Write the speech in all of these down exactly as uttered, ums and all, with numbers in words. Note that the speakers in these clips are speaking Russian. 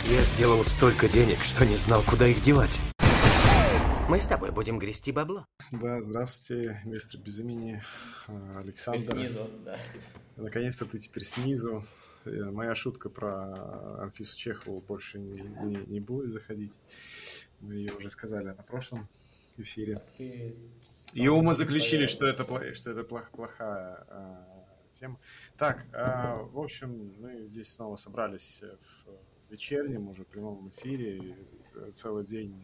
Я сделал столько денег, что не знал, куда их девать. Мы с тобой будем грести бабло. Да, здравствуйте, мистер без имени, Александр. Теперь снизу, да. Наконец-то ты теперь снизу. Моя шутка про Анфису Чехову больше не, не, не будет заходить. Мы ее уже сказали на прошлом эфире. И мы заключили, что это, что это плох, плохая а, тема. Так, а, в общем, мы здесь снова собрались в вечернем уже прямом эфире. Целый день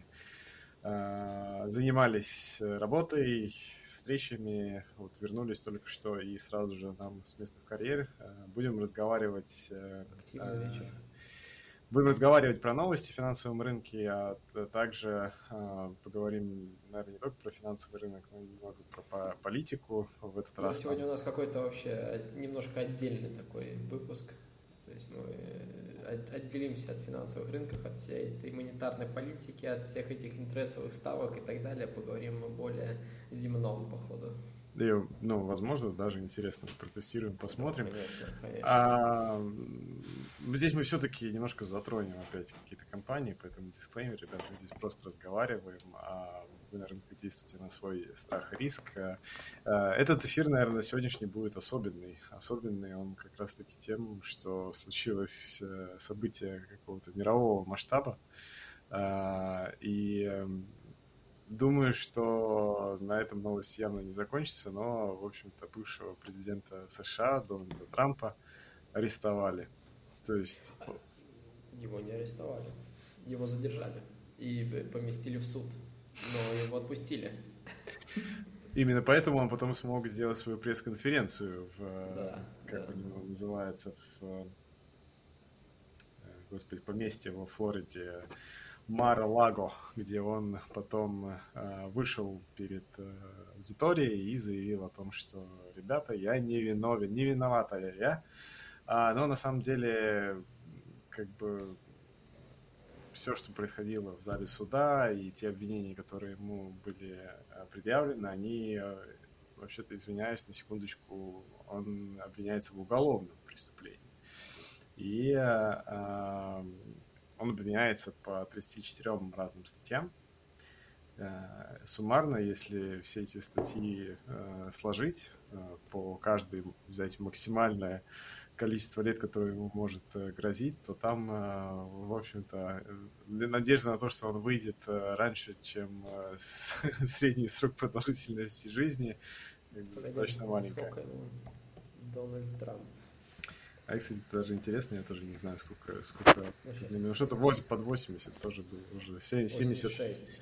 занимались работой, встречами, вот вернулись только что и сразу же нам с места в карьер. Будем разговаривать, Активный вечер. Будем разговаривать про новости в финансовом рынке, а также поговорим, наверное, не только про финансовый рынок, но и немного про политику в этот ну, раз. Сегодня у нас какой-то вообще немножко отдельный такой выпуск. То есть мы отделимся от финансовых рынков, от всей этой монетарной политики, от всех этих интересовых ставок и так далее. Поговорим о более земном, походу. И, ну, возможно, даже интересно, протестируем, посмотрим. Да, конечно, конечно. А, здесь мы все-таки немножко затронем опять какие-то компании, поэтому дисклеймер, ребята, мы здесь просто разговариваем, а вы на рынке действуете на свой страх и риск. Этот эфир, наверное, сегодняшний будет особенный. Особенный он как раз-таки тем, что случилось событие какого-то мирового масштаба. И думаю, что на этом новость явно не закончится, но, в общем-то, бывшего президента США Дональда Трампа арестовали. То есть... Его не арестовали, его задержали и поместили в суд, но его отпустили. Именно поэтому он потом смог сделать свою пресс-конференцию в, да, как да. у него называется, в, господи, поместье во Флориде, Мар-а-Лаго, где он потом э, вышел перед э, аудиторией и заявил о том, что, ребята, я не виновен, не виновата я, я. А, но на самом деле, как бы, все, что происходило в зале суда и те обвинения, которые ему были предъявлены, они, вообще-то, извиняюсь, на секундочку, он обвиняется в уголовном преступлении. И... Э, Он обвиняется по тридцати четырем разным статьям. Суммарно, если все эти статьи сложить, по каждой взять максимальное количество лет, которое ему может грозить, то там, в общем-то, надежда на то, что он выйдет раньше, чем средний срок продолжительности жизни, достаточно маленькая. Дональд Трамп. А, кстати, даже интересно, я тоже не знаю, сколько, сколько, ну, что-то под восемьдесят тоже было уже, семьдесят. восемьдесят шесть.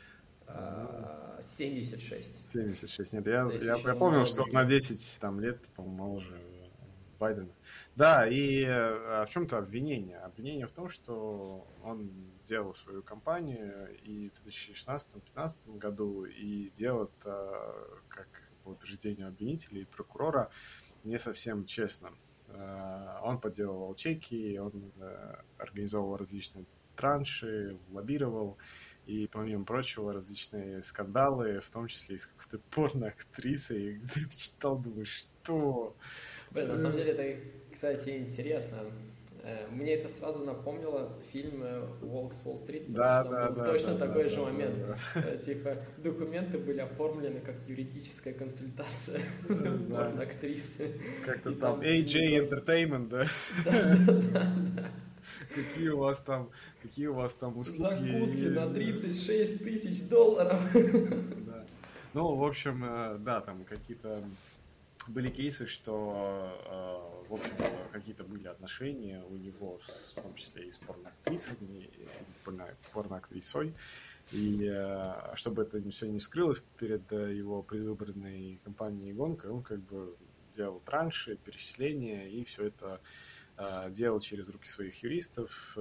семьдесят шесть. семьдесят шесть, нет, я, я, я помнил, что на десять там, лет, по-моему, моложе Байдена. Да, и а в чем-то обвинение? Обвинение в том, что он делал свою кампанию и в две тысячи шестнадцатом-пятнадцатом году, и делал это, как по утверждению обвинителей и прокурора, не совсем честно. Он подделывал чеки, он организовывал различные транши, лоббировал, и, помимо прочего, различные скандалы, в том числе и с какой-то порно-актрисой. И ты читал, думаешь, что? Блин, на самом деле это, кстати, интересно. Мне это сразу напомнило фильм «Волк с Уолл-стрит», да, потому да, что там был да, точно да, такой да, же да, момент. Да, да. Типа, документы были оформлены как юридическая консультация Да. порно-актрисы. Как-то там эй джей Entertainment, да? Да, да, да. Какие у вас там, какие у вас там услуги? Закуски на тридцать шесть тысяч долларов. Да. Ну, в общем, да, там какие-то были кейсы, что, в общем-то, какие-то были отношения у него, с, в том числе и с порноактрисами, и с порноактрисой. И чтобы это все не вскрылось перед его предвыборной кампанией гонкой, он как бы делал транши, перечисления, и все это делал через руки своих юристов,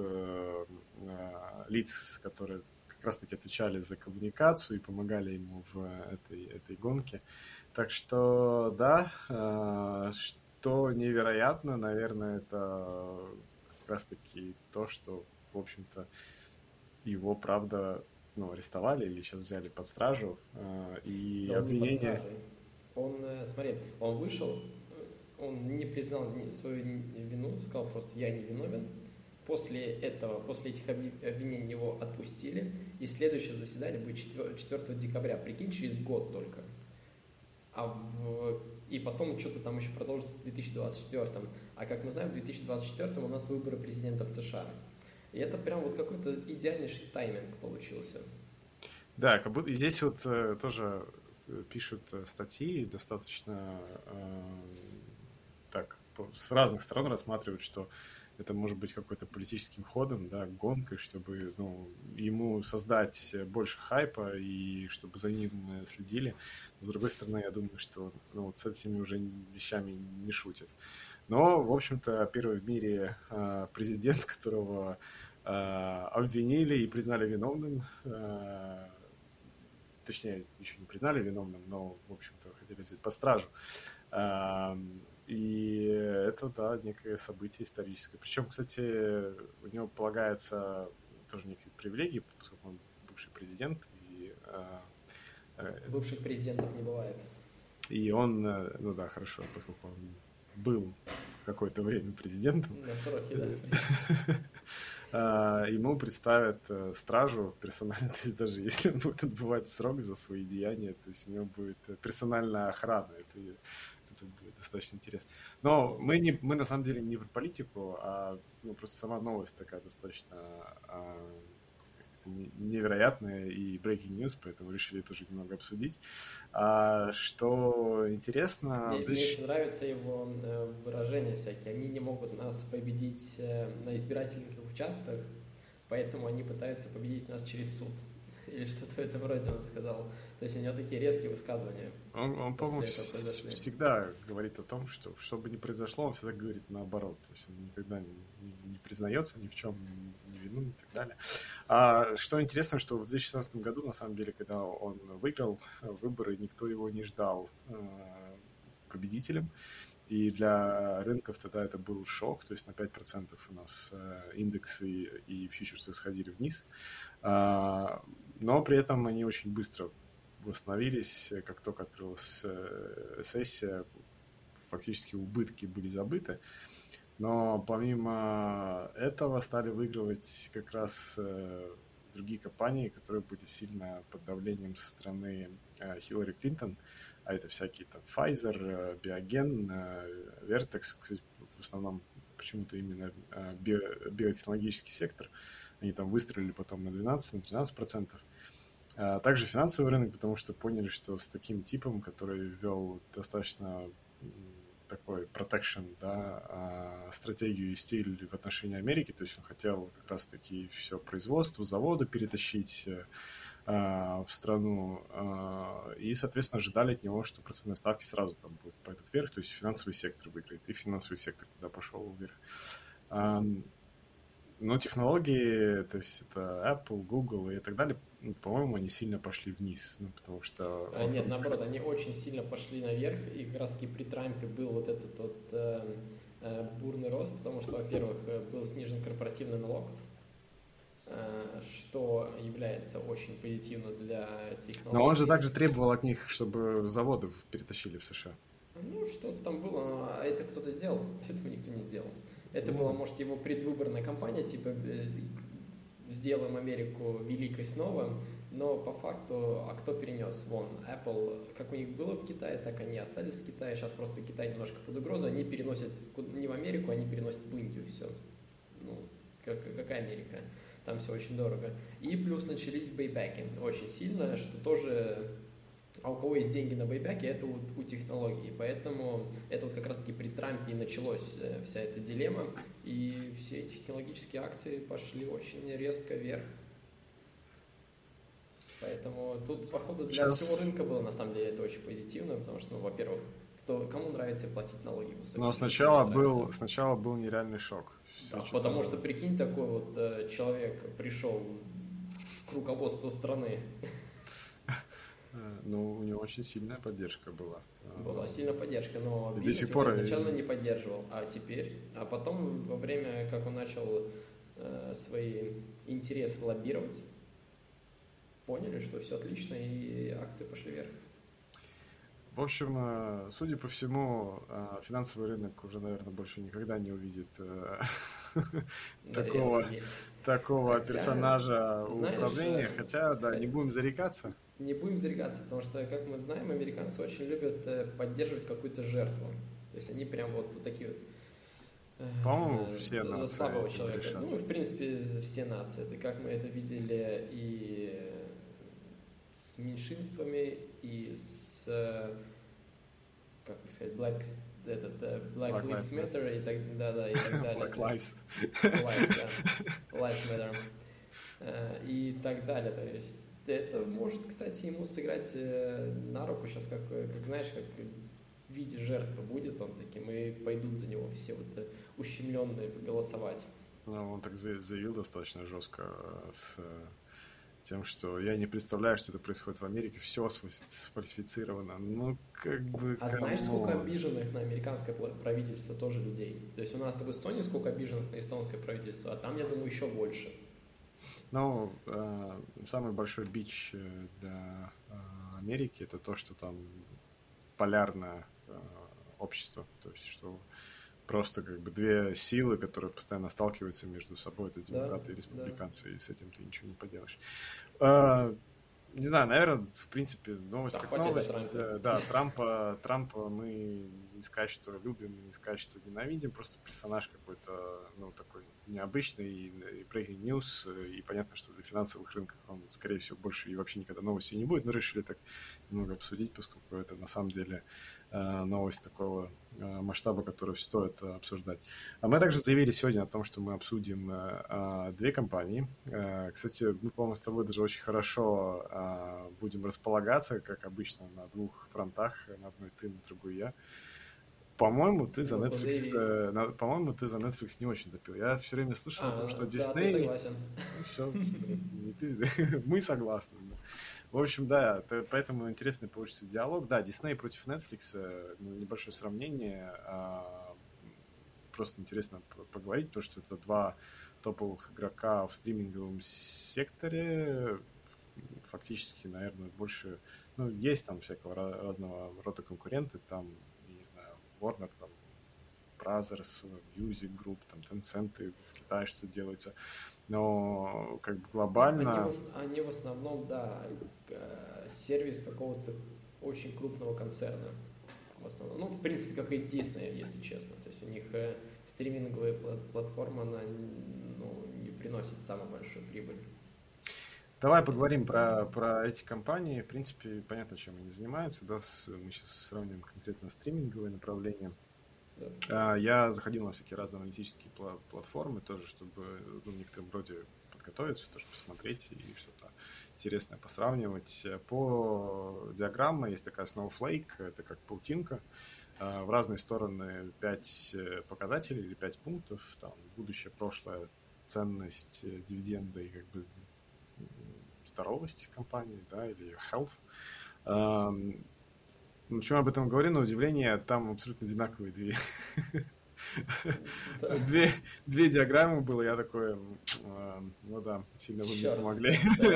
лиц, которые как раз-таки отвечали за коммуникацию и помогали ему в этой, этой гонке. Так что, да, что невероятно, наверное, это как раз-таки то, что, в общем-то, его, правда, ну, арестовали или сейчас взяли под стражу, и да, обвинение... Он, смотри, он вышел, он не признал свою вину, сказал просто «я не виновен», После этого, после этих обвинений его отпустили, и следующее заседание будет четвёртого декабря, прикинь, через год только. А в... И потом что-то там еще продолжится в две тысячи двадцать четвёртом. А как мы знаем, в две тысячи двадцать четвёртом у нас выборы президента в США. И это прям вот какой-то идеальнейший тайминг получился. Да, как будто здесь вот э, тоже пишут статьи, достаточно э, так, с разных сторон рассматривают, что это может быть какой-то политическим ходом, да, гонкой, чтобы ну, ему создать больше хайпа и чтобы за ним следили. Но, с другой стороны, я думаю, что ну, вот с этими уже вещами не шутят. Но, в общем-то, первый в мире э, президент, которого э, обвинили и признали виновным, э, точнее, еще не признали виновным, но, в общем-то, хотели взять под стражу. Э, И это, да, некое событие историческое. Причем, кстати, у него полагается тоже некие привилегии, поскольку он бывший президент. И, э, Бывших президентов не бывает. И он, ну да, хорошо, поскольку он был какое-то время президентом. На сроки, да. Ему представят стражу персонально, то есть даже если он будет отбывать срок за свои деяния, то есть у него будет персональная охрана. Это Это будет достаточно интересно. Но мы, не, мы на самом деле не про политику, а ну, просто сама новость такая достаточно а, невероятная и breaking news, поэтому решили тоже немного обсудить. А, что интересно... Мне, мне очень нравится его выражения всякие. Они не могут нас победить на избирательных участках, поэтому они пытаются победить нас через суд. Или что-то в этом роде он сказал. То есть у него такие резкие высказывания. Он, он по-моему, всегда говорит о том, что что бы ни произошло, он всегда говорит наоборот. То есть он никогда не, не, не признается ни в чем, не вину и так далее. А что интересно, что в две тысячи шестнадцатом году, на самом деле, когда он выиграл выборы, никто его не ждал победителем. И для рынков тогда это был шок, то есть на пять процентов у нас индексы и фьючерсы сходили вниз. Но при этом они очень быстро восстановились, как только открылась сессия, фактически убытки были забыты. Но помимо этого стали выигрывать как раз другие компании, которые были сильно под давлением со стороны Хиллари Клинтон, а это всякие там Pfizer, Biogen, Vertex, кстати, в основном почему-то именно био- биотехнологический сектор. Они там выстрелили потом на двенадцать-тринадцать процентов. А также финансовый рынок, потому что поняли, что с таким типом, который ввел достаточно такой protection, да, стратегию и стиль в отношении Америки, то есть он хотел как раз-таки все производство, заводы перетащить в страну, и, соответственно, ожидали от него, что процентные ставки сразу там будут пойдут вверх, то есть финансовый сектор выиграет, и финансовый сектор тогда пошел вверх. Но технологии, то есть это Apple, Google и так далее, по-моему, они сильно пошли вниз, ну, потому что... А, нет, наоборот, они очень сильно пошли наверх, и как раз-таки при Трампе был вот этот вот э, э, бурный рост, потому что, во-первых, был снижен корпоративный налог, э, что является очень позитивно для технологий. Но он же также требовал от них, чтобы заводы перетащили в США. Ну, что-то там было, а это кто-то сделал, этого никто не сделал. Это была, может, его предвыборная кампания, типа «Сделаем Америку великой снова», но по факту, а кто перенес? Вон, Apple, как у них было в Китае, так они остались в Китае, сейчас просто Китай немножко под угрозой, они переносят не в Америку, они переносят в Индию, все. Ну, как, какая Америка? Там все очень дорого. И плюс начались бейбеки очень сильно, что тоже... А у кого есть деньги на бейбеке, это у, у технологий. Поэтому это вот как раз-таки при Трампе и началась вся, вся эта дилемма. И все эти технологические акции пошли очень резко вверх. Поэтому тут, походу, для Сейчас... всего рынка было, на самом деле, это очень позитивно, потому что, ну, во-первых, кто, кому нравится платить налоги высокие. Но сначала был, сначала был нереальный шок. Да, потому что, прикинь, такой вот э, человек пришел к руководству страны. Ну, у него очень сильная поддержка была. Была сильная поддержка, но бизнес его изначально не поддерживал. А теперь, а потом, во время, как он начал э, свои интересы лоббировать, поняли, что все отлично, и акции пошли вверх. В общем, судя по всему, финансовый рынок уже, наверное, больше никогда не увидит такого, такого Хотя, персонажа знаешь, управления. Хотя, да, не будем зарекаться. Не будем зарекаться, потому что, как мы знаем, американцы очень любят поддерживать какую-то жертву. То есть они прям вот, вот такие вот По-моему, все за, нации за слабого человека. решат. Ну, в принципе, все нации. Это как мы это видели и с меньшинствами, и с, как сказать, black, этот, black, black Lives Matter, Matter и так, да, да, и так далее. Black Lives. Lives, да. Lives Matter. И так далее. То есть это может, кстати, ему сыграть на руку сейчас, как, как знаешь, как в виде жертвы будет он таким, и пойдут за него все вот ущемленные голосовать. Ну, он так заявил достаточно жестко с тем, что я не представляю, что это происходит в Америке, все сфальсифицировано. Ну, как бы... А знаешь, сколько обиженных на американское правительство тоже людей? То есть у нас в Эстонии сколько обиженных на эстонское правительство, а там, я думаю, еще больше. Ну, э, самый большой бич для э, Америки это то, что там полярное э, общество, то есть что просто как бы две силы, которые постоянно сталкиваются между собой, это демократы да, и республиканцы, да. И с этим ты ничего не поделаешь. Э, не знаю, наверное, в принципе, новость да, как новость. Да, Трампа, Трампа мы не сказать, что любим, не сказать, что ненавидим, просто персонаж какой-то, ну, такой необычный, и, и breaking news, и понятно, что для финансовых рынков он, скорее всего, больше и вообще никогда новостью не будет, но решили так немного обсудить, поскольку это на самом деле новость такого масштаба, которую стоит обсуждать. А мы также заявили сегодня о том, что мы обсудим две компании. Кстати, мы, по-моему, с тобой даже очень хорошо будем располагаться, как обычно, на двух фронтах, на одной ты, на другой я. По-моему, ты за Netflix, э, по-моему, ты за Netflix не очень допил. Я все время слышал а, о том, что да, Disney... ты согласен. Все, ты... мы согласны. В общем, да, это, поэтому интересный получится диалог. Да, Disney против Netflix, ну, небольшое сравнение. А, просто интересно поговорить, потому что это два топовых игрока в стриминговом секторе. Фактически, наверное, больше... Ну, есть там всякого разного рода конкуренты, там, не знаю, Warner, там, Brothers, Music Group, там, Tencent в Китае что делается, но как бы глобально... Они в, они в основном, да, сервис какого-то очень крупного концерна, в основном. Ну, в принципе, как и Disney, если честно. То есть у них стриминговая платформа, она, ну, не приносит самую большую прибыль. Давай поговорим про, про эти компании. В принципе, понятно, чем они занимаются. Да? Мы сейчас сравним конкретно стриминговые направления. Да. Я заходил на всякие разные аналитические платформы тоже, чтобы ну, в некотором роде подготовиться, тоже посмотреть и что-то интересное посравнивать. По диаграмме есть такая Snowflake, это как паутинка. В разные стороны пять показателей или пять пунктов. Там будущее, прошлое, ценность, дивиденды и как бы здоровость компании, да, или health. Um, почему я об этом говорю? На удивление, там абсолютно одинаковые две, две, две диаграммы было. Я такой, uh, ну да, сильно вы мне помогли.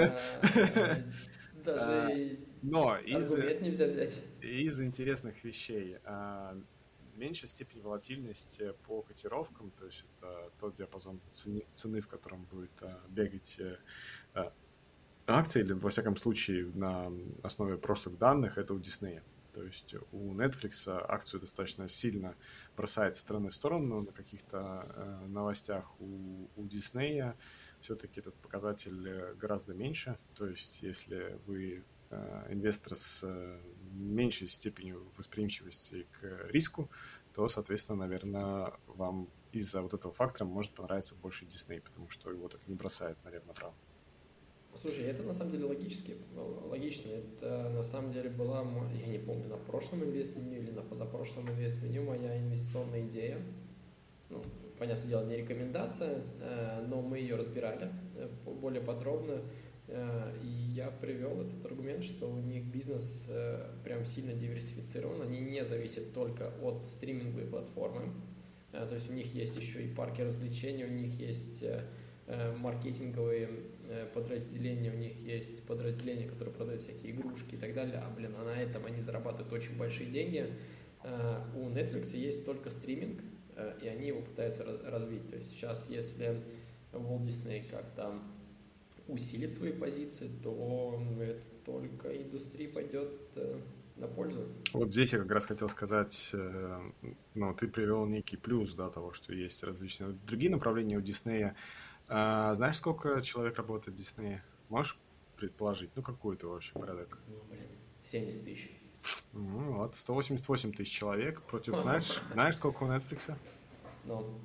Даже Но из, нельзя взять. Из интересных вещей меньшая степень волатильности по котировкам, то есть это тот диапазон цены, цены в котором будет а, бегать а, акции, или, во всяком случае, на основе прошлых данных, это у Disney. То есть у Netflix акцию достаточно сильно бросает с стороны в сторону на каких-то а, новостях. У, у Disney все-таки этот показатель гораздо меньше. То есть если вы инвестор с меньшей степенью восприимчивости к риску, то, соответственно, наверное, вам из-за вот этого фактора может понравиться больше Disney, потому что его так не бросает налево-направо. Слушай, это на самом деле логически, логично. Это на самом деле была, я не помню, на прошлом инвестменю или на позапрошлом инвестменю моя инвестиционная идея. Ну, понятное дело, не рекомендация, но мы ее разбирали более подробно. И я привел этот аргумент, что у них бизнес прям сильно диверсифицирован, они не зависят только от стриминговой платформы, то есть у них есть еще и парки развлечений, у них есть маркетинговые подразделения, у них есть подразделения, которые продают всякие игрушки и так далее, а, блин, а на этом они зарабатывают очень большие деньги. У Netflix есть только стриминг, и они его пытаются развить. То есть сейчас, если Walt Disney как-то усилит свои позиции, то это только индустрии пойдет на пользу. Вот здесь я как раз хотел сказать, ну, ты привел некий плюс, да, того, что есть различные другие направления у Диснея. А, знаешь, сколько человек работает в Диснее? Можешь предположить? Ну, какой-то вообще порядок? Ну, блин, семьдесят тысяч. Ну, вот, сто восемьдесят восемь тысяч человек против, знаешь, знаешь, сколько у Netflix? Ну,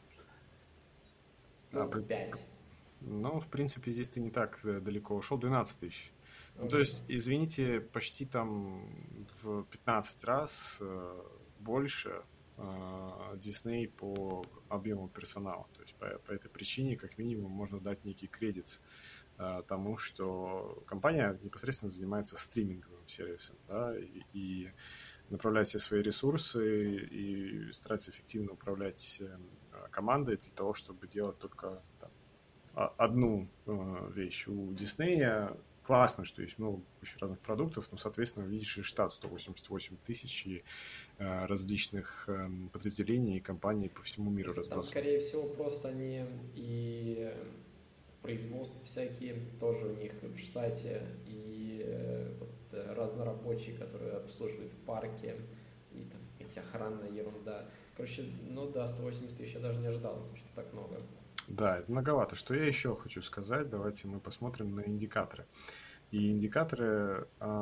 а, ну пять. Ну, в принципе, здесь ты не так далеко ушел, двенадцать тысяч. Ну, то есть, извините, почти там в пятнадцать раз э, больше Дисней э, по объему персонала. То есть, по, по этой причине, как минимум, можно дать некий кредит э, тому, что компания непосредственно занимается стриминговым сервисом, да, и, и направляет все свои ресурсы и старается эффективно управлять э, командой для того, чтобы делать только там, одну э, вещь. У Диснея классно, что есть много очень разных продуктов, но, соответственно, видишь и штат сто восемьдесят восемь тысяч и э, различных э, подразделений и компаний по всему миру разбросаны. Там, скорее всего, просто они и производства всякие тоже у них в штате, и э, вот, разнорабочие, которые обслуживают парки, и там эти охранная ерунда. Короче, ну да, сто восемьдесят тысяч я даже не ожидал, что так много. Да, это многовато. Что я еще хочу сказать? Давайте мы посмотрим на индикаторы. И индикаторы,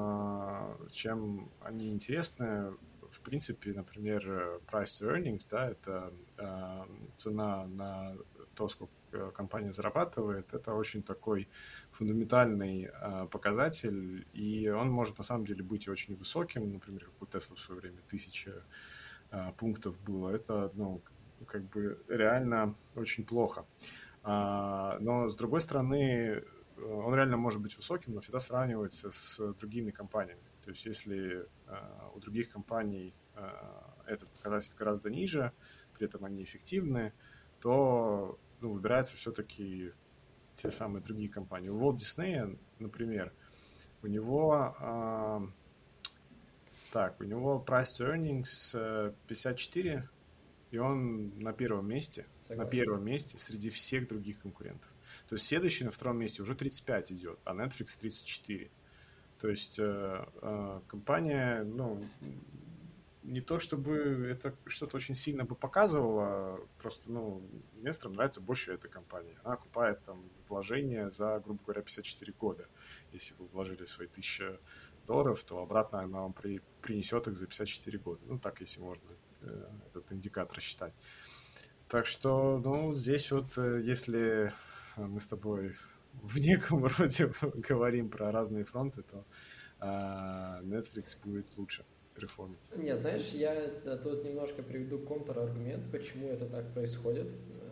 чем они интересны, в принципе, например, price to earnings, да, это цена на то, сколько компания зарабатывает, это очень такой фундаментальный показатель, и он может на самом деле быть очень высоким, например, как у Tesla в свое время тысяча пунктов было. Это, ну, как бы реально очень плохо. А, но, с другой стороны, он реально может быть высоким, но всегда сравнивается с другими компаниями. То есть, если а, у других компаний а, этот показатель гораздо ниже, при этом они эффективны, то ну, выбираются все-таки те самые другие компании. У Walt Disney, например, у него... А, так, у него price to earnings пятьдесят четыре, и он на первом месте, Согласен. на первом месте среди всех других конкурентов. То есть следующий на втором месте уже тридцать пять идет, а Netflix тридцать четыре. То есть э, э, компания, ну, не то чтобы это что-то очень сильно бы показывало, просто, ну, инвесторам нравится больше эта компания. Она окупает там вложения за, грубо говоря, пятьдесят четыре года. Если вы вложили свои тысячи долларов, то обратно она вам при, принесет их за пятьдесят четыре года. Ну, так, если можно э, этот индикатор считать. Так что, ну, здесь вот, э, если мы с тобой в неком роде говорим про разные фронты, то э, Netflix будет лучше перформить. Не, знаешь, я тут немножко приведу контраргумент, почему это так происходит.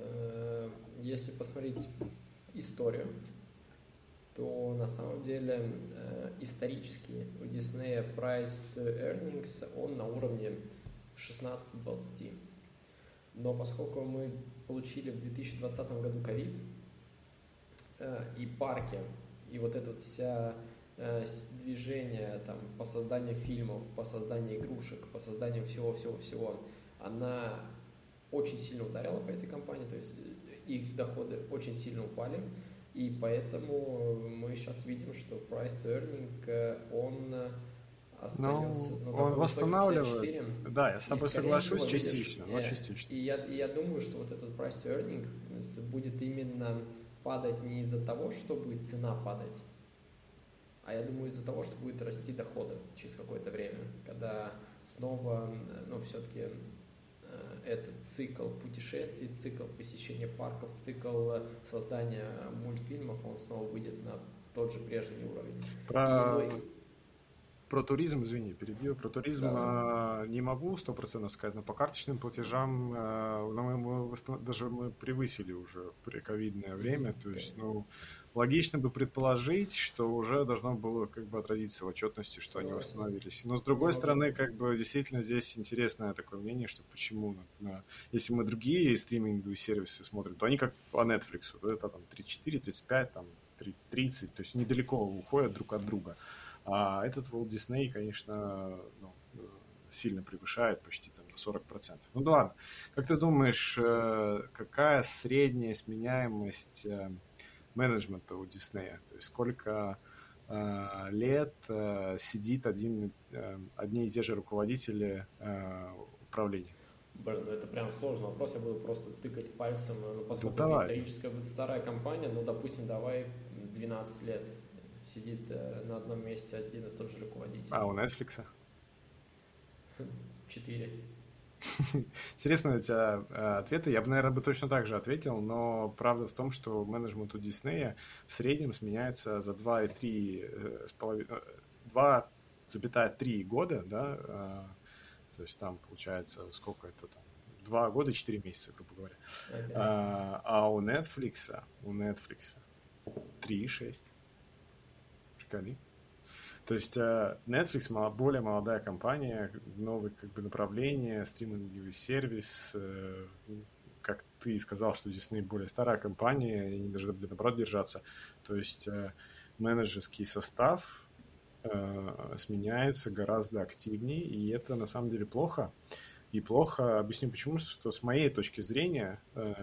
Если посмотреть историю, то на самом деле исторически у Disney price to earnings он на уровне шестнадцать двадцать. Но поскольку мы получили в две тысячи двадцатом году ковид, и парки, и вот эта вся движение там, по созданию фильмов, по созданию игрушек, по созданию всего-всего-всего, она очень сильно ударила по этой компании, то есть их доходы очень сильно упали, и поэтому мы сейчас видим, что price to earning, он остается... Ну, ну, он восстанавливает. пятьдесят четыре, да, я с тобой соглашусь всего, частично, видишь, но и, частично. И я, и я думаю, что вот этот price to earning будет именно падать не из-за того, что будет цена падать, а я думаю из-за того, что будет расти доходы через какое-то время, когда снова, ну, все-таки э, этот цикл путешествий, цикл посещения парков, цикл создания мультфильмов, он снова выйдет на тот же прежний уровень. Про, И, ну, про туризм, извини, перебью, про туризм да. не могу сто процентов сказать, но по карточным платежам ну, мы, мы, даже мы превысили уже прековидное время, то есть, ну, логично бы предположить, что уже должно было как бы отразиться в отчетности, что они восстановились. Но с другой стороны, как бы действительно здесь интересное такое мнение, что почему, на, если мы другие стриминговые сервисы смотрим, то они как по Netflix, это там тридцать четыре, тридцать пять, там тридцать, то есть недалеко уходят друг от друга. А этот Walt Disney, конечно, ну, сильно превышает, почти там до сорок процентов. Ну да ладно. Как ты думаешь, какая средняя сменяемость менеджмента у Диснея? То есть сколько э, лет э, сидит один, э, одни и те же руководители э, управления? Блин, ну это прям сложный вопрос, я буду просто тыкать пальцем, ну, поскольку да это давай. историческая старая компания, ну, допустим, давай двенадцать лет сидит э, на одном месте один и тот же руководитель. А у Netflix? Четыре. Интересно у тебя ответы. Я бы, наверное, бы точно так же ответил, но правда в том, что менеджмент у Диснея в среднем сменяется за два и три года, да, то есть там получается сколько это там, два года, четыре месяца, грубо говоря. Okay. А, а у Netflix, у Netflix три и шесть. Приколи. То есть Netflix более молодая компания, новое как бы направление, стриминговый сервис. Как ты сказал, что Disney более старая компания, они должны были наоборот держаться. То есть менеджерский состав сменяется гораздо активнее, и это на самом деле плохо. И плохо, объясню почему, что с моей точки зрения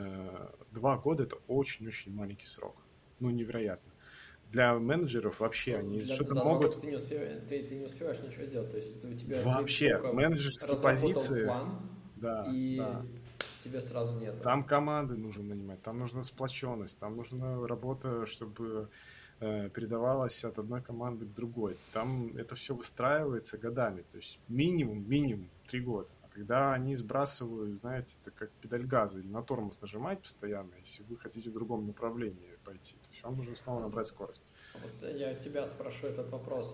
два года – это очень-очень маленький срок. Ну, невероятно. Для менеджеров вообще они для, что-то за могут... Ты не, успеваешь, ты, ты не успеваешь ничего сделать. То есть у тебя вообще менеджерские позиции... план, да, и да. тебя сразу нет. Там команды нужно нанимать, там нужна сплоченность, там нужна работа, чтобы э, передавалась от одной команды к другой. Там это все выстраивается годами, то есть минимум, минимум три года. Когда они сбрасывают, знаете, это как педаль газа или на тормоз нажимать постоянно, если вы хотите в другом направлении пойти. То есть вам нужно снова набрать скорость. Вот я тебя спрошу этот вопрос.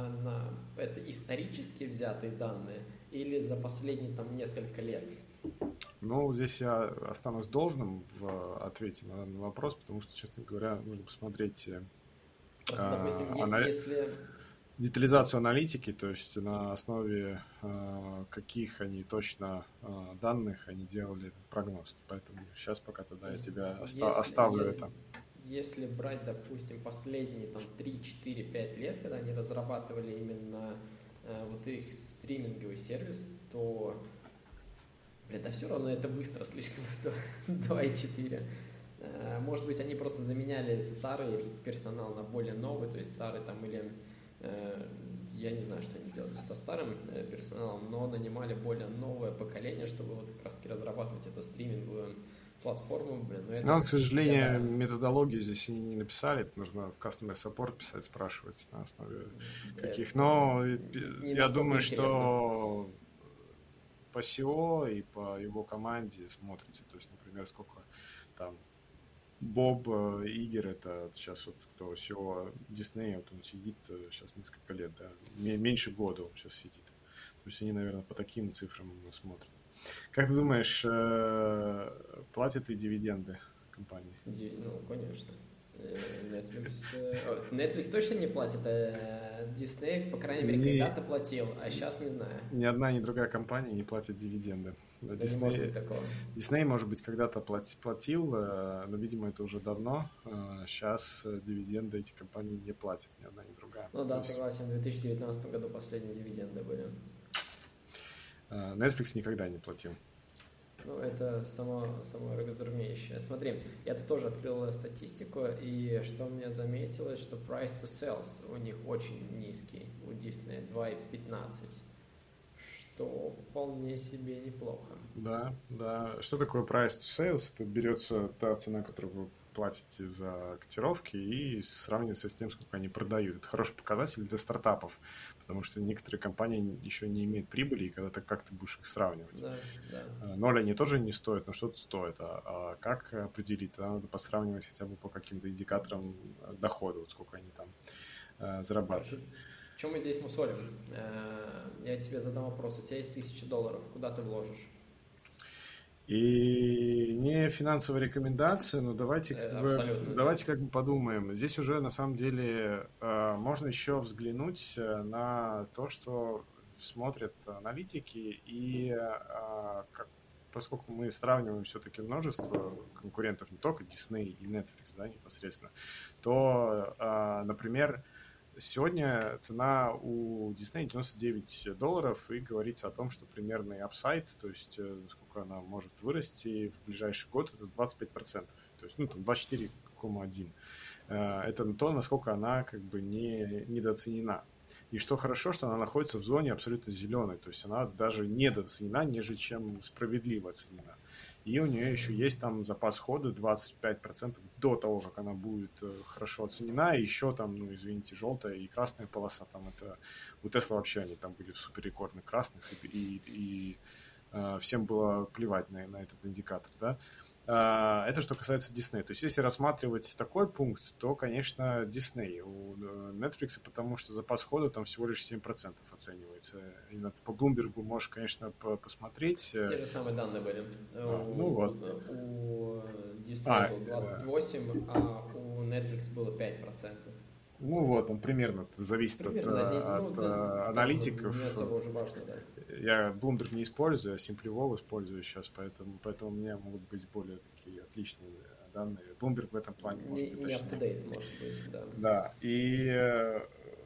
Это исторически взятые данные или за последние там несколько лет? Ну, здесь я останусь должным в ответе на данный вопрос, потому что, честно говоря, нужно посмотреть Просто, допустим, а, ана... если... детализацию аналитики, то есть на основе э, каких они точно э, данных они делали прогноз. Поэтому сейчас пока тогда я тебя оста- если, оставлю если, это. Если брать, допустим, последние там три, четыре, пять лет, когда они разрабатывали именно э, вот их стриминговый сервис, то, блин, да все равно это быстро слишком, два и четыре. Может быть, они просто заменяли старый персонал на более новый, то есть старый там или... Я не знаю, что они делали со старым персоналом, но нанимали более новое поколение, чтобы вот как раз-таки разрабатывать эту стриминговую платформу. Блин, но это, но, к сожалению, я... методологию здесь они не написали. Это нужно в Customer Support писать, спрашивать на основе это каких. Но не я думаю, интересно. что по си и о и по его команде смотрите. То есть, например, сколько там Боб Игер, это сейчас вот кто си и о Диснея, вот он сидит сейчас несколько лет, да, меньше года он сейчас сидит. То есть они, наверное, по таким цифрам смотрят. Как ты думаешь, платят ли дивиденды компании? Ну, конечно. Netflix, Netflix точно не платит, а Disney, по крайней мере, не, когда-то платил, а сейчас не знаю. Ни одна, ни другая компания не платит дивиденды. Да Disney, не может быть такого. Disney, может быть, когда-то платил, но, видимо, это уже давно. Сейчас дивиденды эти компании не платят, ни одна, ни другая. Ну да, согласен, в две тысячи девятнадцатом году последние дивиденды были. Netflix никогда не платил. Ну, это само, само разумеющее. Смотри, я тут тоже открыл статистику, и что мне заметилось, что price to sales у них очень низкий, у Disney два и пятнадцать, что вполне себе неплохо. Да, да. Что такое price to sales? Это берется та цена, которую вы платите за котировки, и сравнивается с тем, сколько они продают. Это хороший показатель для стартапов, потому что некоторые компании еще не имеют прибыли, и когда ты как ты будешь их сравнивать. Да, да. Ноль они тоже не стоят, но что-то стоит. А, а как определить? Тогда надо посравнивать хотя бы по каким-то индикаторам дохода, вот сколько они там а, зарабатывают. Чем мы здесь мусолим? Я тебе задам вопрос. У тебя есть тысяча долларов, куда ты вложишь? И не финансовая рекомендация, но давайте как, бы, Абсолютно, давайте да. как бы подумаем. Здесь уже на самом деле э, можно еще взглянуть э, на то, что смотрят аналитики, и э, как, поскольку мы сравниваем все-таки множество конкурентов, не только Disney и Netflix, да, непосредственно, то, э, например, сегодня цена у Disney девяносто девять долларов, и говорится о том, что примерный апсайд, то есть сколько она может вырасти в ближайший год, это двадцать пять процентов. То есть, ну, там двадцать четыре целых один. Это то, насколько она как бы не недооценена. И что хорошо, что она находится в зоне абсолютно зеленой, то есть она даже недооценена, нежели чем справедливо оценена. И у нее еще есть там запас хода двадцать пять процентов до того, как она будет хорошо оценена. И еще там, ну, извините, желтая и красная полоса. Там это у Tesla вообще они там были в суперрекордных красных. И, и, и э, всем было плевать на, на этот индикатор, да. Uh, это что касается Disney. То есть, если рассматривать такой пункт, то, конечно, Disney у Netflix, потому что запас хода там всего лишь семь процентов оценивается. Не знаю, ты по Bloomberg можешь, конечно, по посмотреть. Те же самые данные были. А, у, ну вот. У Disney а, было двадцать восемь, а у Netflix было пять процентов. Ну вот, он примерно зависит примерно, от, не, от ну, да, аналитиков. Не особо уже важно, да. Я Bloomberg не использую, я SimplyWall использую сейчас, поэтому, поэтому у меня могут быть более такие отличные данные. Bloomberg в этом плане может быть не up-to-date, может быть, да. Да, и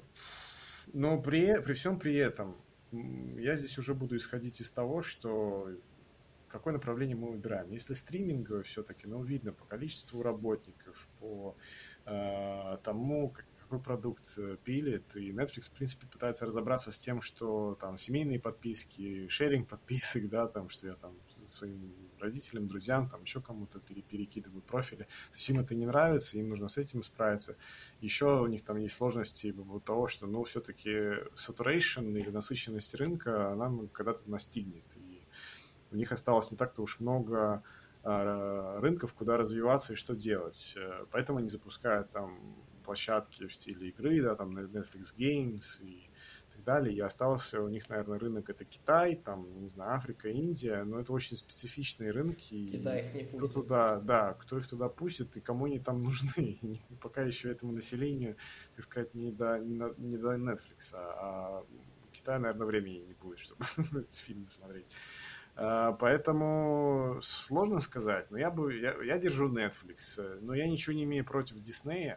но при, при всем при этом я здесь уже буду исходить из того, что какое направление мы выбираем. Если стриминговое все-таки, ну, видно по количеству работников, по э, тому, как какой продукт пилит, и Netflix, в принципе, пытается разобраться с тем, что там семейные подписки, шеринг подписок, да, там, что я там своим родителям, друзьям, там, еще кому-то пере- перекидываю профили. То есть им это не нравится, им нужно с этим справиться. Еще у них там есть сложности от того, что, ну, все-таки saturation или насыщенность рынка, она когда-то настигнет. И у них осталось не так-то уж много рынков, куда развиваться и что делать. Поэтому они запускают там площадки в стиле игры, да, там Netflix Games и так далее. И остался у них, наверное, рынок это Китай, там, не знаю, Африка, Индия, но это очень специфичные рынки. Китай их не пустит. Кто туда, да, кто их туда пустит и кому они там нужны. И пока еще этому населению, так сказать, не до, не, на, не до Netflix, а у Китая, наверное, времени не будет, чтобы фильмы смотреть. Поэтому сложно сказать. Но я бы я, я держу Netflix, но я ничего не имею против Disney.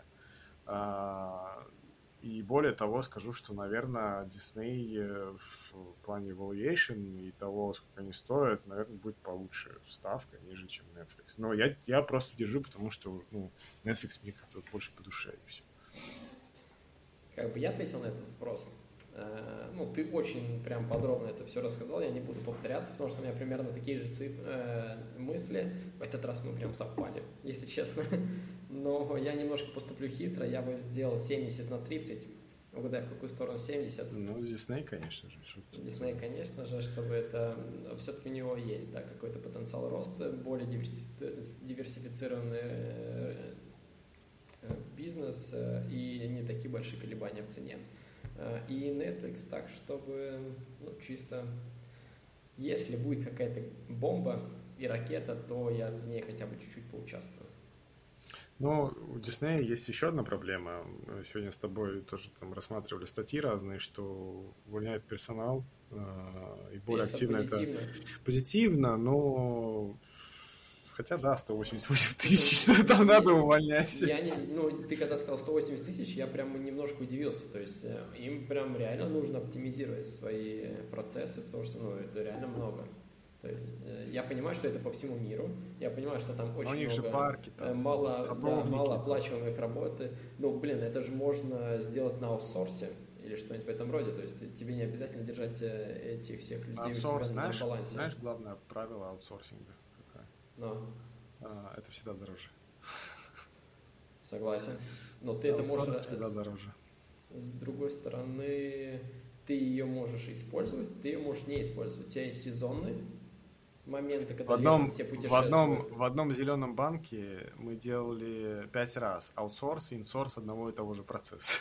И более того, скажу, что, наверное, Disney в плане valuation и того, сколько они стоят, наверное, будет получше ставка, нежели чем Netflix. Но я, я просто держу, потому что, ну, Netflix мне как-то больше по душе, и все. Как бы я ответил на этот вопрос. Ну, ты очень прям подробно это все рассказал, я не буду повторяться, потому что у меня примерно такие же циф... э, мысли. В этот раз мы прям совпали, если честно. Но я немножко поступлю хитро, я бы сделал семьдесят на тридцать. Угадай, в какую сторону семьдесят? Ну, Disney, конечно же. Disney, конечно же, чтобы это... Все-таки у него есть, да, какой-то потенциал роста, более диверсифицированный бизнес и не такие большие колебания в цене. И Netflix так, чтобы, ну, чисто, если будет какая-то бомба и ракета, то я в ней хотя бы чуть-чуть поучаствую. Ну, у Disney есть еще одна проблема. Мы сегодня с тобой тоже там рассматривали статьи разные, что увольняют персонал, и более это активно позитивно. это позитивно, но... Хотя, да, сто восемьдесят восемь тысяч, что там надо увольнять. Я не, ну, ты когда сказал сто восемьдесят тысяч, я прям немножко удивился. То есть им прям реально нужно оптимизировать свои процессы, потому что, ну, это реально много. То есть, я понимаю, что это по всему миру. Я понимаю, что там очень у них много же парки, там, мало, да, мало оплачиваемых работы. Ну, блин, это же можно сделать на аутсорсе или что-нибудь в этом роде. То есть тебе не обязательно держать этих всех людей Аутсорс, у себя знаешь, на балансе. Знаешь, главное правило аутсорсинга? Но. А, это всегда дороже. Согласен. Но ты это можешь... всегда дороже. С другой стороны, ты ее можешь использовать, ты ее можешь не использовать. У тебя есть сезонные моменты, когда в одном, все путешествуют. В одном, в одном зеленом банке мы делали пять раз аутсорс и инсорс одного и того же процесса.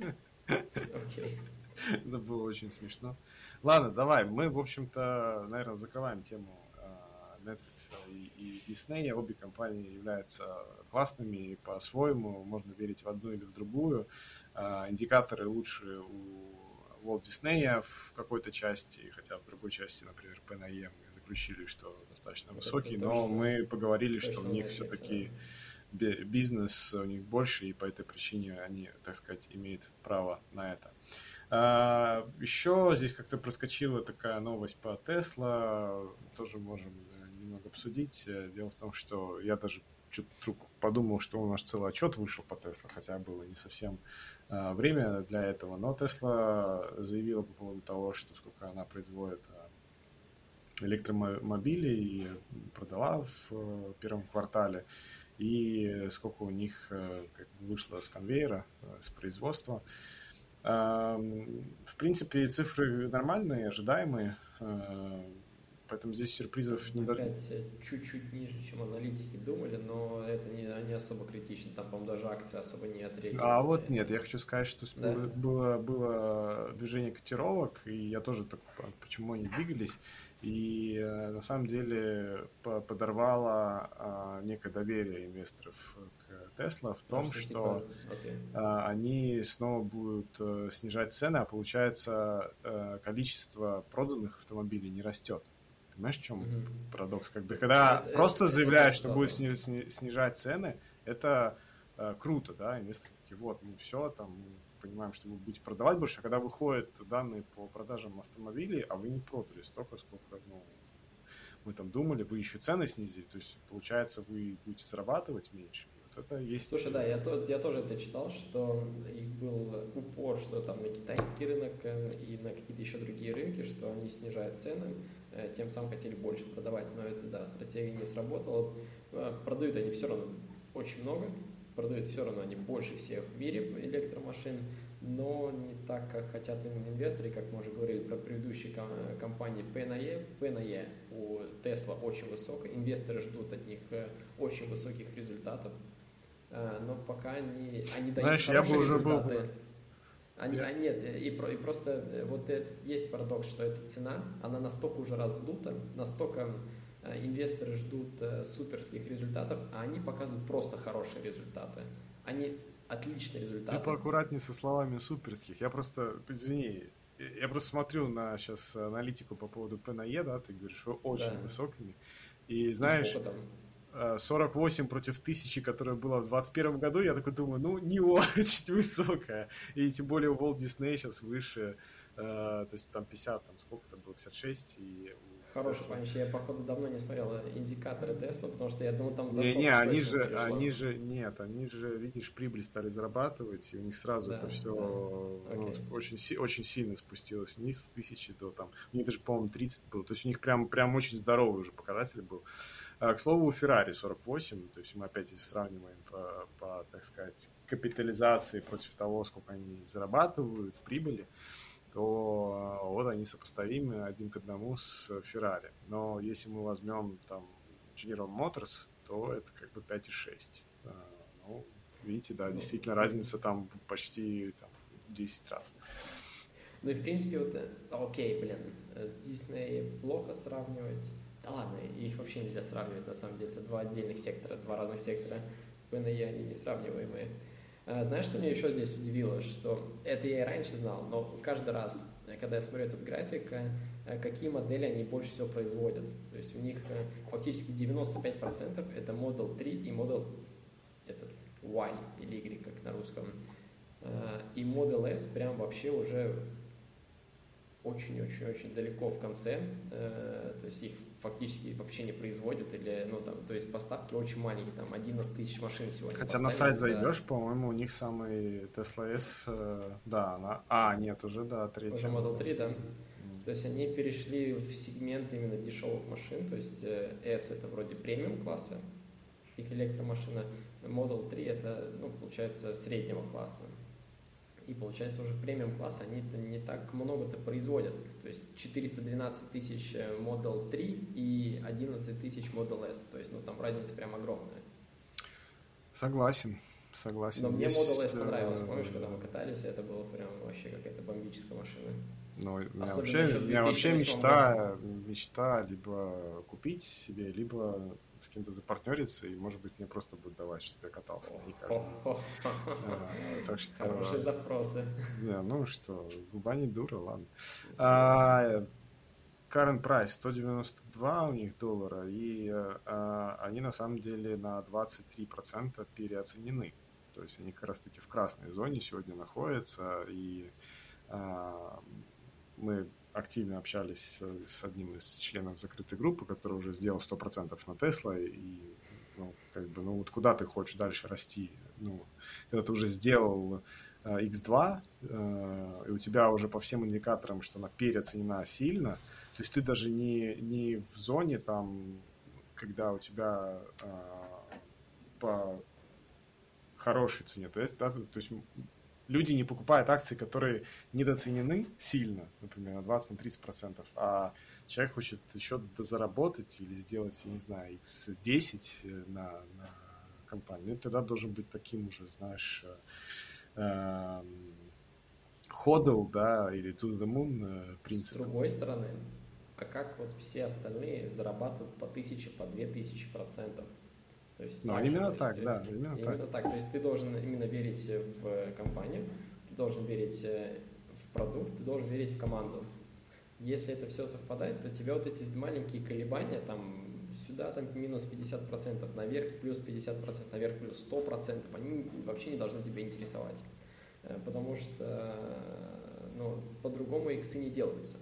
Okay. Это было очень смешно. Ладно, давай, мы, в общем-то, наверное, закрываем тему Netflix и, и Disney, обе компании являются классными, и по-своему можно верить в одну или в другую. Индикаторы лучше у Walt Disney в какой-то части, хотя в другой части, например, пэ эн ай и мы заключили, что достаточно это высокий, но точно, мы поговорили, что у них все-таки бизнес у них больше, и по этой причине они, так сказать, имеют право на это. А, еще здесь как-то проскочила такая новость по Tesla, тоже можем немного обсудить. Дело в том, что я даже что-то вдруг подумал, что у нас целый отчет вышел по Tesla, хотя было не совсем а, время для этого, но Tesla заявила по поводу того, что сколько она производит электромобилей и продала в первом квартале, и сколько у них как бы вышло с конвейера, с производства. В принципе, цифры нормальные, ожидаемые, поэтому здесь сюрпризов не должно. Опять чуть-чуть ниже, чем аналитики думали, но это не, не особо критично, там, по-моему, даже акции особо не отреагировали. А вот нет, я хочу сказать, что да. было, было движение котировок, и я тоже так, почему они двигались. И на самом деле подорвало а, некое доверие инвесторов к Tesla в том, а, что okay. а, они снова будут а, снижать цены, а получается а, количество проданных автомобилей не растет. Понимаешь, в чем mm-hmm. парадокс? Как бы, когда это, просто это, заявляют, это что будет сни, сни, снижать цены, это а, круто, да, инвесторы такие, вот, ну все, там, понимаем, что вы будете продавать больше, а когда выходят данные по продажам автомобилей, а вы не продали столько, сколько ну, мы там думали, вы еще цены снизили, то есть, получается, вы будете зарабатывать меньше. Вот это есть... Слушай, да, я, то, я тоже это читал, что их был упор, что там на китайский рынок и на какие-то еще другие рынки, что они снижают цены, тем самым хотели больше продавать, но это, да, стратегия не сработала. Продают они все равно очень много, продают все равно они больше всех в мире электромашин, но не так, как хотят инвесторы, как мы уже говорили про предыдущие компании пэ эн ай и. пэ эн ай и у Tesla очень высокая, инвесторы ждут от них очень высоких результатов, но пока они, они дают Знаешь, хорошие результаты. Был... Они, yeah. а нет, и, и просто вот этот, есть парадокс, что эта цена, она настолько уже раздута, настолько... инвесторы ждут э, суперских результатов, а они показывают просто хорошие результаты. Они отличные результаты. Ты поаккуратнее со словами суперских. Я просто, извини, я просто смотрю на сейчас аналитику по поводу пэ эн ай и, да, ты говоришь, что очень да. высокими. И знаешь, сорок восемь против тысячи, которая была в двадцать первом году, я такой думаю, ну, не очень высокая. И тем более у Walt Disney сейчас выше, э, то есть там пятьдесят, там сколько-то было, пятьдесят шесть, и Хороший память. Я, походу, давно не смотрел индикаторы Tesla, потому что я думал, там за Не, не, они же, они же, нет, они же, видишь, прибыль стали зарабатывать, и у них сразу да, это все да. ну, okay. очень, очень сильно спустилось вниз с тысячи до там, у них даже, по-моему, тридцать было, то есть у них прям, прям очень здоровый уже показатель был. А, к слову, у Ferrari сорок восемь, то есть мы опять здесь сравниваем по, по, так сказать, капитализации против того, сколько они зарабатывают, прибыли, то вот они сопоставимы один к одному с Ferrari. Но если мы возьмем там General Motors, то это как бы пять и шесть. Ну, видите, да, действительно разница там почти там, в десять раз. Ну и в принципе, вот, окей, блин, с Disney плохо сравнивать. Да ладно, их вообще нельзя сравнивать, на самом деле. Это два отдельных сектора, два разных сектора. пэ эн ай и, они не сравниваемые. Знаешь, что меня еще здесь удивило? Что это я и раньше знал, но каждый раз, когда я смотрю этот график, какие модели они больше всего производят. То есть у них фактически девяносто пять процентов это Model три и Model этот, Y или Y, как на русском. И Model S прям вообще уже очень-очень-очень далеко в конце. То есть их фактически вообще не производят, или, ну, там, то есть поставки очень маленькие, там, одиннадцать тысяч машин сегодня. Хотя на сайт за... зайдешь, по-моему, у них самый Tesla S, э, да, она, а, нет, уже, да, третий. Уже Model три, да. Mm. То есть они перешли в сегмент именно дешевых машин, то есть э, S это вроде премиум класса, их электромашина, Model три это, ну, получается, среднего класса. И получается уже премиум класс они не так много-то производят. То есть четыреста двенадцать тысяч Model три и одиннадцать тысяч Model S. То есть, ну, там разница прям огромная. Согласен, согласен. Но мне Есть... Model S понравилось. Помнишь, когда мы катались, это было прям вообще какая-то бомбическая машина. Но у меня Особенно вообще, еще у в меня вообще две тысячи восьмом году. мечта, мечта либо купить себе, либо с кем-то запартнериться, и, может быть, мне просто будут давать, чтобы я катался на ней каждый день. А, Так Хорошие что, запросы. не, ну что, губа не дура, ладно. А, Current price сто девяносто два у них доллара, и а, они на самом деле на двадцать три процента переоценены. То есть они как раз-таки в красной зоне сегодня находятся, и а, мы активно общались с, с одним из членов закрытой группы, который уже сделал сто процентов на Тесла, и ну, как бы, ну вот куда ты хочешь дальше расти? Ну, когда ты уже сделал а, икс два, а, и у тебя уже по всем индикаторам, что она переоценена сильно, то есть ты даже не, не в зоне там, когда у тебя а, по хорошей цене, то есть, да, то есть люди не покупают акции, которые недооценены сильно, например, на двадцать-тридцать процентов, а человек хочет еще заработать или сделать, я не знаю, икс десять на, на компанию. Ну, тогда должен быть таким уже, знаешь, ходл, да, или to the moon принцип. С другой стороны, а как вот все остальные зарабатывают по тысяче, по две тысячи процентов? То есть, ну, так именно же, так, есть, да, именно, именно так. так. То есть ты должен именно верить в компанию, ты должен верить в продукт, ты должен верить в команду. Если это все совпадает, то тебя вот эти маленькие колебания, там, сюда там минус пятьдесят процентов, наверх плюс пятьдесят процентов, наверх плюс сто процентов, они вообще не должны тебя интересовать. Потому что, ну, по-другому иксы не делаются.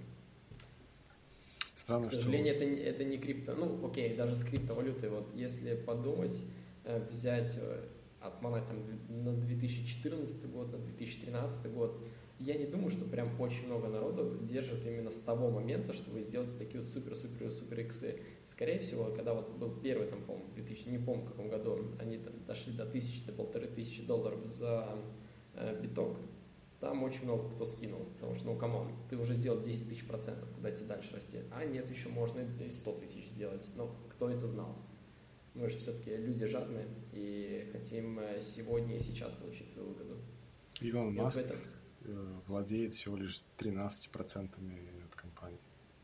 Странно, К сожалению, что... это, это не крипто. Ну, окей, даже с криптовалютой, вот если подумать, взять, отманать там на две тысячи четырнадцатый год, на две тысячи тринадцатый год, я не думаю, что прям очень много народу держит именно с того момента, чтобы сделать такие вот супер-супер-супер иксы. Скорее всего, когда вот был первый, там, по-моему, две тысячи, не помню в каком году, они там дошли до тысячи, до полторы тысячи долларов за э, биток, там очень много кто скинул, потому что, ну, камон, ты уже сделал десять тысяч процентов, куда тебе дальше расти. А нет, еще можно и сто тысяч сделать. Но кто это знал? Мы же все-таки люди жадные и хотим сегодня и сейчас получить свою выгоду. Илон Маск вот этом... владеет всего лишь тринадцатью процентами от компании.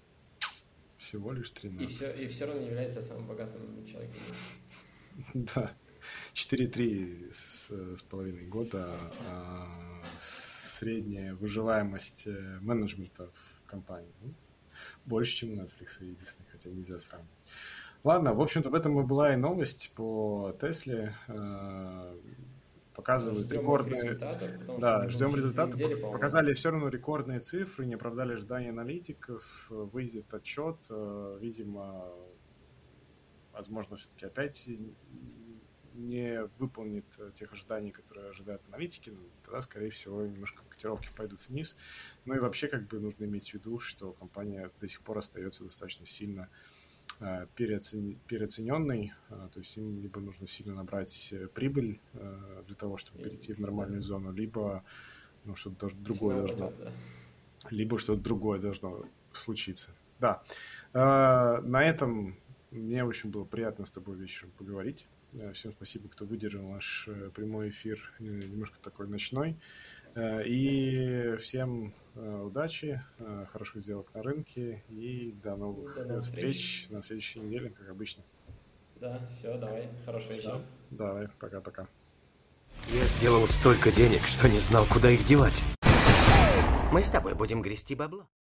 Всего лишь тринадцать. И все, и все равно является самым богатым человеком. Да. четыре целых три с половиной года. А средняя выживаемость менеджмента в компании. Больше, чем у Netflix и Disney, хотя нельзя сравнивать. Ладно, в общем-то, в этом и была и новость по Тесле. Показывают ждем рекордные... Да, ждем результатов. Недели, Показали все равно рекордные цифры, не оправдали ожидания аналитиков. Выйдет отчет. Видимо, возможно, все-таки опять не выполнит тех ожиданий, которые ожидают аналитики, тогда, скорее всего, немножко котировки пойдут вниз. Ну и вообще, как бы, нужно иметь в виду, что компания до сих пор остается достаточно сильно переоцен... переоцененной, то есть им либо нужно сильно набрать прибыль для того, чтобы перейти в нормальную зону, либо ну, что-то другое должно, либо что-то другое должно случиться. Да, на этом мне очень было приятно с тобой вечером поговорить. Всем спасибо, кто выдержал наш прямой эфир, немножко такой ночной. И всем удачи, хороших сделок на рынке и до новых, до новых встреч. встреч на следующей неделе, как обычно. Да, все, давай, хорошего вечера. Давай, пока-пока. Я сделал столько денег, что не знал, куда их девать. Мы с тобой будем грести бабло.